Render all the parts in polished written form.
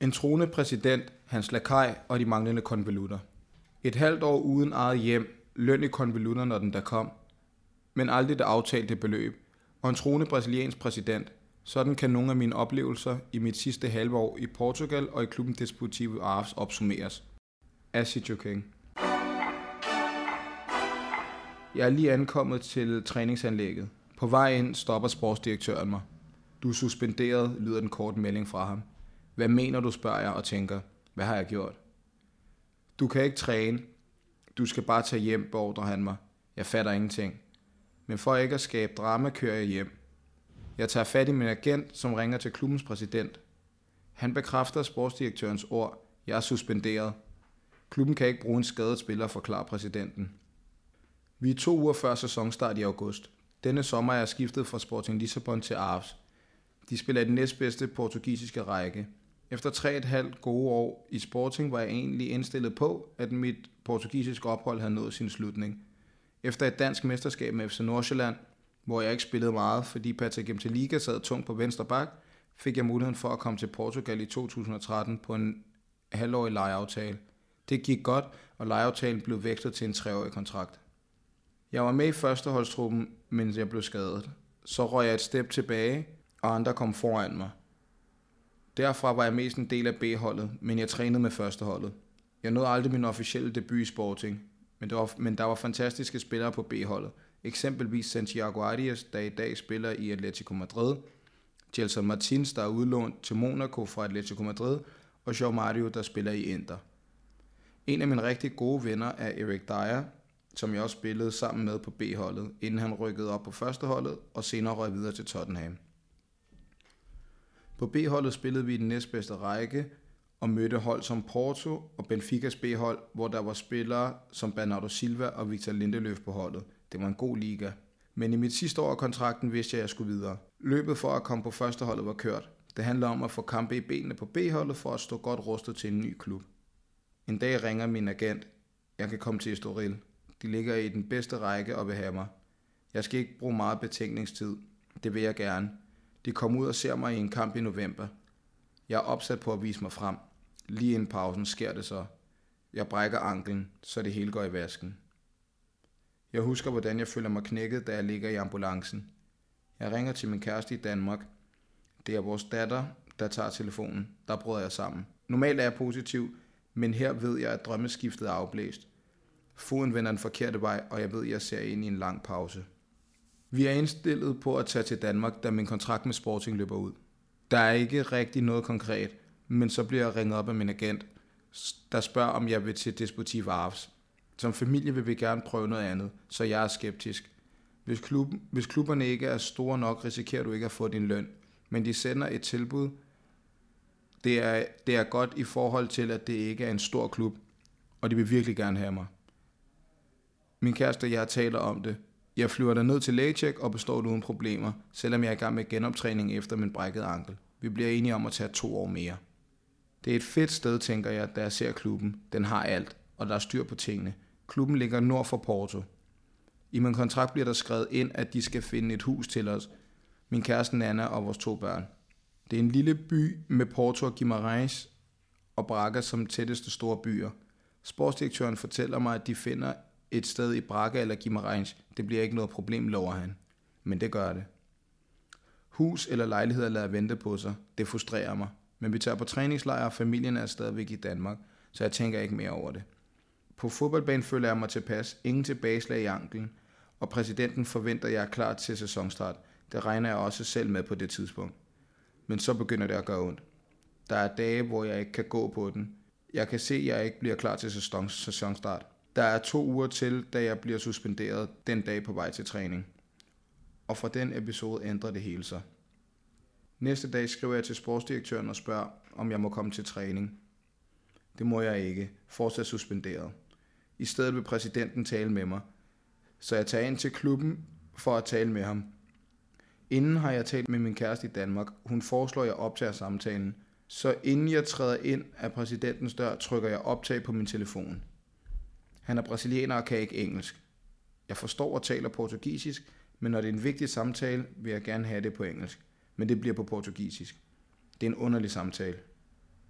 En troende præsident, hans lakaj og de manglende konvolutter. Et halvt år uden eget hjem, løn i konvolutter, når den der kom, men aldrig det aftalte beløb, og en troende brasiliansk præsident. Sådan kan nogle af mine oplevelser i mit sidste halve år i Portugal og i klubben Desportivo Aves opsummeres. Assis King. Jeg er lige ankommet til træningsanlægget. På vej ind stopper sportsdirektøren mig. Du er suspenderet, lyder den korte melding fra ham. Hvad mener du, spørger jeg og tænker. Hvad har jeg gjort? Du kan ikke træne. Du skal bare tage hjem, beordrer han mig. Jeg fatter ingenting. Men for ikke at skabe drama, kører jeg hjem. Jeg tager fat i min agent, som ringer til klubbens præsident. Han bekræfter sportsdirektørens ord. Jeg er suspenderet. Klubben kan ikke bruge en skadet spiller, forklarer præsidenten. Vi er 2 uger før sæsonstart i august. Denne sommer er jeg skiftet fra Sporting Lissabon til Aves. De spiller i den næstbedste portugisiske række. Efter 3,5 gode år i Sporting var jeg egentlig indstillet på, at mit portugisiske ophold havde nået sin slutning. Efter et dansk mesterskab med FC Nordsjælland, hvor jeg ikke spillede meget, fordi Patrick Mteliga sad tungt på venstre bak, fik jeg muligheden for at komme til Portugal i 2013 på en halvårig lejeaftale. Det gik godt, og lejeaftalen blev vekslet til en 3-årig kontrakt. Jeg var med i førsteholdstruppen, mens jeg blev skadet. Så røg jeg et step tilbage, og andre kom foran mig. Derfra var jeg mest en del af B-holdet, men jeg trænede med førsteholdet. Jeg nåede aldrig min officielle debut i Sporting, men der var fantastiske spillere på B-holdet. Eksempelvis Santiago Arias, der i dag spiller i Atletico Madrid, Gelson Martins, der er udlånt til Monaco fra Atletico Madrid, og João Mario, der spiller i Inter. En af mine rigtig gode venner er Eric Dyer, som jeg også spillede sammen med på B-holdet, inden han rykkede op på førsteholdet og senere røg videre til Tottenham. På B-holdet spillede vi i den næstbedste række og mødte hold som Porto og Benficas B-hold, hvor der var spillere som Bernardo Silva og Victor Lindelöf på holdet. Det var en god liga. Men i mit sidste år af kontrakten vidste jeg, at jeg skulle videre. Løbet for at komme på førsteholdet var kørt. Det handler om at få kampe i benene på B-holdet for at stå godt rustet til en ny klub. En dag ringer min agent. Jeg kan komme til Estoril. De ligger i den bedste række og vil have mig. Jeg skal ikke bruge meget betænkningstid. Det vil jeg gerne. De kommer ud og ser mig i en kamp i november. Jeg er opsat på at vise mig frem. Lige inden pausen sker det så. Jeg brækker anklen, så det hele går i vasken. Jeg husker, hvordan jeg føler mig knækket, da jeg ligger i ambulancen. Jeg ringer til min kæreste i Danmark. Det er vores datter, der tager telefonen. Der bryder jeg sammen. Normalt er jeg positiv, men her ved jeg, at drømmeskiftet er afblæst. Foden vender den forkerte vej, og jeg ved, at jeg ser ind i en lang pause. Vi er indstillet på at tage til Danmark, da min kontrakt med Sporting løber ud. Der er ikke rigtig noget konkret, men så bliver jeg ringet op af min agent, der spørger, om jeg vil til Desportivo Aves. Som familie vil vi gerne prøve noget andet, så jeg er skeptisk. Hvis klubberne ikke er store nok, risikerer du ikke at få din løn, men de sender et tilbud. Det er godt i forhold til, at det ikke er en stor klub, og de vil virkelig gerne have mig. Min kæreste og jeg taler om det. Jeg flyver der ned til lægetjek og består det uden problemer, selvom jeg er i gang med genoptræning efter min brækkede ankel. Vi bliver enige om at tage 2 år mere. Det er et fedt sted, tænker jeg, da jeg ser klubben. Den har alt, og der er styr på tingene. Klubben ligger nord for Porto. I min kontrakt bliver der skrevet ind, at de skal finde et hus til os. Min kæreste Nana og vores 2 børn. Det er en lille by med Porto og Guimarães og Braga som tætteste store byer. Sportsdirektøren fortæller mig, at de finder et sted i Braga eller Guimarães. Det bliver ikke noget problem, lover han. Men det gør det. Hus eller lejligheder lader vente på sig. Det frustrerer mig. Men vi tager på træningslejr, og familien er stadigvæk i Danmark, så jeg tænker ikke mere over det. På fodboldbanen føler jeg mig tilpas. Ingen tilbageslag i anklen. Og præsidenten forventer, at jeg er klar til sæsonstart. Det regner jeg også selv med på det tidspunkt. Men så begynder det at gøre ondt. Der er dage, hvor jeg ikke kan gå på den. Jeg kan se, at jeg ikke bliver klar til sæsonstart. Der er 2 uger til, da jeg bliver suspenderet den dag på vej til træning. Og fra den episode ændrer det hele sig. Næste dag skriver jeg til sportsdirektøren og spørger, om jeg må komme til træning. Det må jeg ikke. Fortsat suspenderet. I stedet vil præsidenten tale med mig. Så jeg tager ind til klubben for at tale med ham. Inden har jeg talt med min kæreste i Danmark. Hun foreslår, at jeg optager samtalen. Så inden jeg træder ind af præsidentens dør, trykker jeg optag på min telefon. Han er brasilianer og kan ikke engelsk. Jeg forstår og taler portugisisk, men når det er en vigtig samtale, vil jeg gerne have det på engelsk. Men det bliver på portugisisk. Det er en underlig samtale.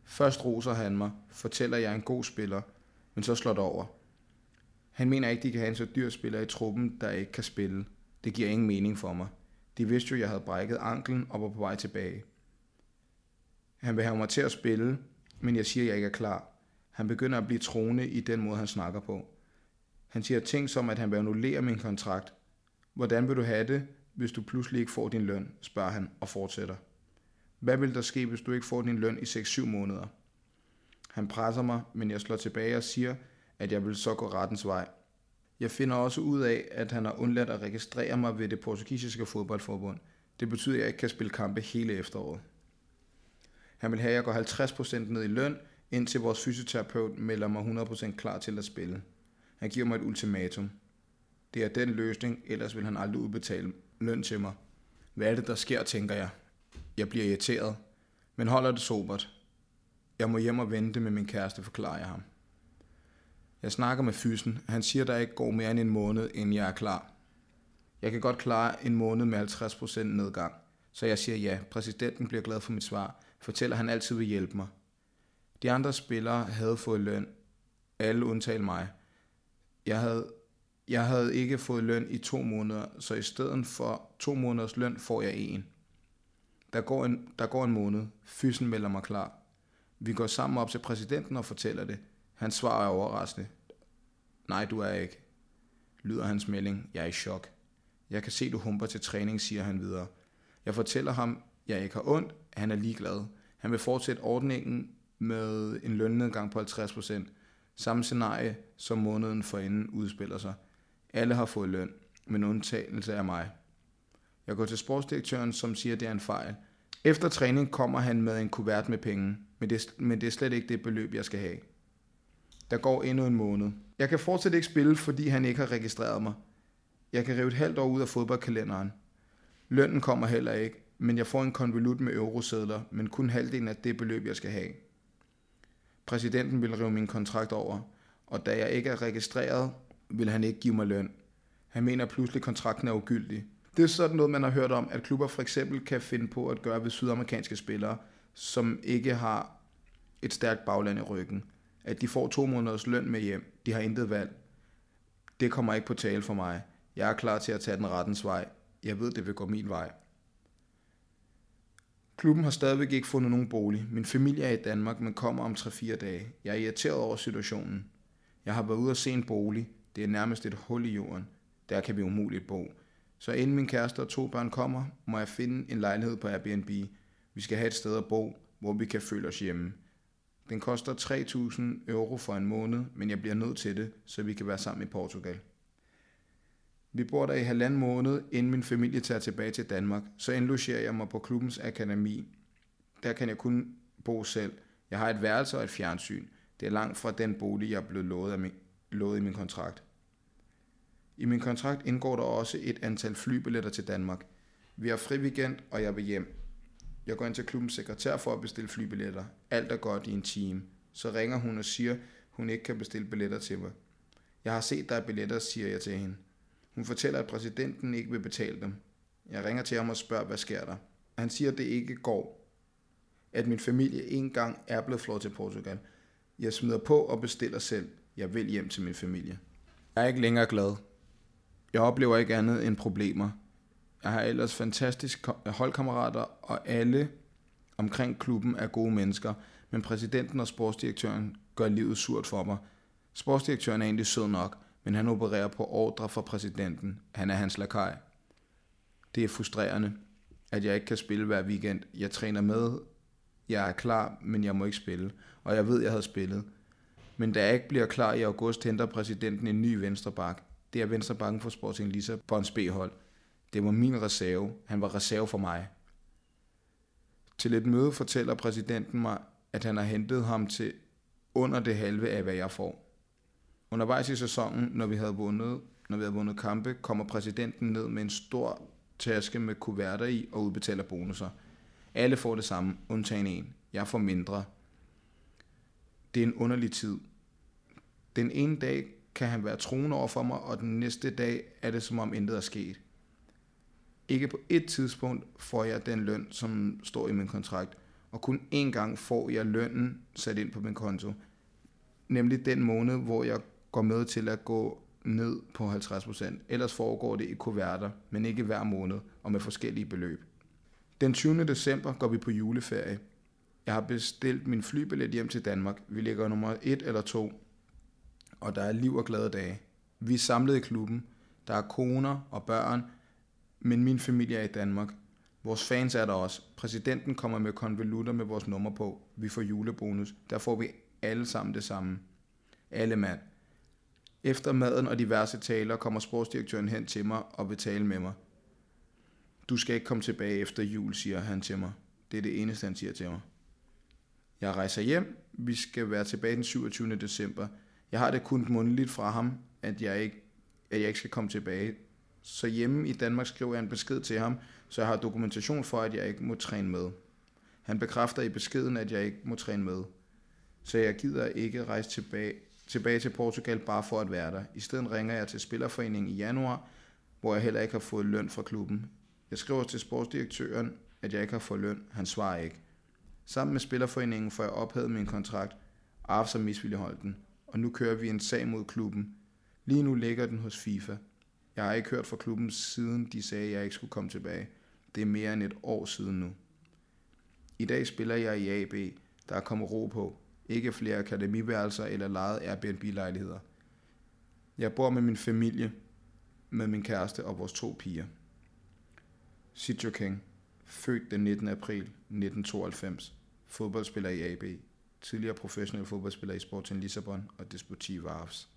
Først roser han mig, fortæller jeg er en god spiller, men så slår det over. Han mener ikke, de kan have en så dyr spiller i truppen, der ikke kan spille. Det giver ingen mening for mig. De vidste jo, jeg havde brækket anklen og var på vej tilbage. Han vil have mig til at spille, men jeg siger, at jeg ikke er klar. Han begynder at blive troende i den måde, han snakker på. Han siger ting som, at han vil annullere min kontrakt. Hvordan vil du have det, hvis du pludselig ikke får din løn, spørger han og fortsætter. Hvad vil der ske, hvis du ikke får din løn i 6-7 måneder? Han presser mig, men jeg slår tilbage og siger, at jeg vil så gå rettens vej. Jeg finder også ud af, at han har undladt at registrere mig ved det portugisiske fodboldforbund. Det betyder, at jeg ikke kan spille kampe hele efteråret. Han vil have, at jeg går 50% ned i løn, indtil vores fysioterapeut melder mig 100% klar til at spille. Han giver mig et ultimatum. Det er den løsning, ellers vil han aldrig udbetale løn til mig. Hvad er det, der sker, tænker jeg. Jeg bliver irriteret, men holder det sobert. Jeg må hjem og vente med min kæreste, forklarer jeg ham. Jeg snakker med fysen. Han siger, der ikke går mere end en måned, inden jeg er klar. Jeg kan godt klare en måned med 50% nedgang. Så jeg siger ja. Præsidenten bliver glad for mit svar. Fortæller, han altid vil hjælpe mig. De andre spillere havde fået løn. Alle undtagen mig. Jeg havde ikke fået løn i 2 måneder, så i stedet for 2 måneders løn får jeg 1. Der går en måned. Fysen melder mig klar. Vi går sammen op til præsidenten og fortæller det. Han svarer overraskende. Nej, du er ikke. Lyder hans melding. Jeg er i chok. Jeg kan se, du humper til træning, siger han videre. Jeg fortæller ham, jeg ikke har ondt. Han er ligeglad. Han vil fortsætte ordningen med en lønnedgang på 50%. Samme scenarie, som måneden forinden udspiller sig. Alle har fået løn, men undtagelse er mig. Jeg går til sportsdirektøren, som siger, at det er en fejl. Efter træning kommer han med en kuvert med penge, men det er slet ikke det beløb, jeg skal have. Der går endnu en måned. Jeg kan fortsat ikke spille, fordi han ikke har registreret mig. Jeg kan rive et halvt år ud af fodboldkalenderen. Lønnen kommer heller ikke, men jeg får en konvolut med eurosedler, men kun halvdelen af det beløb, jeg skal have. Præsidenten vil rive min kontrakt over, og da jeg ikke er registreret, vil han ikke give mig løn. Han mener pludselig, at kontrakten er ugyldig. Det er sådan noget, man har hørt om, at klubber for eksempel kan finde på at gøre ved sydamerikanske spillere, som ikke har et stærkt bagland i ryggen. At de får 2 måneders løn med hjem. De har intet valg. Det kommer ikke på tale for mig. Jeg er klar til at tage den rettens vej. Jeg ved, det vil gå min vej. Klubben har stadigvæk ikke fundet nogen bolig. Min familie er i Danmark, men kommer om 3-4 dage. Jeg er irriteret over situationen. Jeg har været ude at se en bolig. Det er nærmest et hul i jorden. Der kan vi umuligt bo. Så inden min kæreste og 2 børn kommer, må jeg finde en lejlighed på Airbnb. Vi skal have et sted at bo, hvor vi kan føle os hjemme. Den koster 3.000 euro for en måned, men jeg bliver nødt til det, så vi kan være sammen i Portugal. Vi bor der i 1,5 måned, inden min familie tager tilbage til Danmark. Så indlogerer jeg mig på klubbens akademi. Der kan jeg kun bo selv. Jeg har et værelse og et fjernsyn. Det er langt fra den bolig, jeg er blevet lovet i min kontrakt. I min kontrakt indgår der også et antal flybilletter til Danmark. Vi har fri weekend, og jeg vil hjem. Jeg går ind til klubbens sekretær for at bestille flybilletter. Alt er godt i en time. Så ringer hun og siger, hun ikke kan bestille billetter til mig. Jeg har set, der er billetter, siger jeg til hende. Hun fortæller, at præsidenten ikke vil betale dem. Jeg ringer til ham og spørger, hvad sker der. Han siger, at det ikke går. At min familie engang er blevet flået til Portugal. Jeg smider på og bestiller selv. Jeg vil hjem til min familie. Jeg er ikke længere glad. Jeg oplever ikke andet end problemer. Jeg har ellers fantastiske holdkammerater, og alle omkring klubben er gode mennesker, men præsidenten og sportsdirektøren gør livet surt for mig. Sportsdirektøren er egentlig sød nok, men han opererer på ordre fra præsidenten. Han er hans lakaj. Det er frustrerende, at jeg ikke kan spille hver weekend. Jeg træner med, jeg er klar, men jeg må ikke spille, og jeg ved, jeg havde spillet. Men da jeg ikke bliver klar i august, henter præsidenten en ny venstreback. Det er venstrebacken for Sporting Lissabons B-hold. Det var min reserve. Han var reserve for mig. Til et møde fortæller præsidenten mig, at han har hentet ham til under det halve af, hvad jeg får. Undervejs i sæsonen, når vi havde vundet kampe, kommer præsidenten ned med en stor taske med kuverter i og udbetaler bonusser. Alle får det samme, undtagen en. Jeg får mindre. Det er en underlig tid. Den ene dag kan han være troende over for mig, og den næste dag er det, som om intet er sket. Ikke på et tidspunkt får jeg den løn, som står i min kontrakt, og kun én gang får jeg lønnen sat ind på min konto. Nemlig den måned, hvor jeg går med til at gå ned på 50%. Ellers foregår det i kuverter, men ikke hver måned og med forskellige beløb. Den 20. december går vi på juleferie. Jeg har bestilt min flybillet hjem til Danmark. Vi ligger nummer 1 eller 2, og der er liv og glade dage. Vi er samlet i klubben. Der er koner og børn, men min familie er i Danmark. Vores fans er der også. Præsidenten kommer med konvolutter med vores nummer på. Vi får julebonus. Der får vi alle sammen det samme. Alle mand. Efter maden og diverse taler kommer sportsdirektøren hen til mig og vil tale med mig. Du skal ikke komme tilbage efter jul, siger han til mig. Det er det eneste, han siger til mig. Jeg rejser hjem. Vi skal være tilbage den 27. december. Jeg har det kun mundtligt fra ham, at jeg ikke skal komme tilbage. Så hjemme i Danmark skriver jeg en besked til ham, så jeg har dokumentation for, at jeg ikke må træne med. Han bekræfter i beskeden, at jeg ikke må træne med. Så jeg gider ikke rejse tilbage til Portugal bare for at være der. I stedet ringer jeg til Spillerforeningen i januar, hvor jeg heller ikke har fået løn fra klubben. Jeg skriver til sportsdirektøren, at jeg ikke har fået løn. Han svarer ikke. Sammen med Spillerforeningen får jeg ophævet min kontrakt, og AFS har misvilligholdt den. Og nu kører vi en sag mod klubben. Lige nu ligger den hos FIFA. Jeg har ikke hørt fra klubben siden de sagde, at jeg ikke skulle komme tilbage. Det er mere end et år siden nu. I dag spiller jeg i AB. Der er kommet ro på. Ikke flere akademiværelser eller lejet Airbnb-lejligheder. Jeg bor med min familie, med min kæreste og vores 2 piger. Sidjo King, født den 19. april 1992, fodboldspiller i AB, tidligere professionel fodboldspiller i Sporting Lissabon og Desportivo Aves.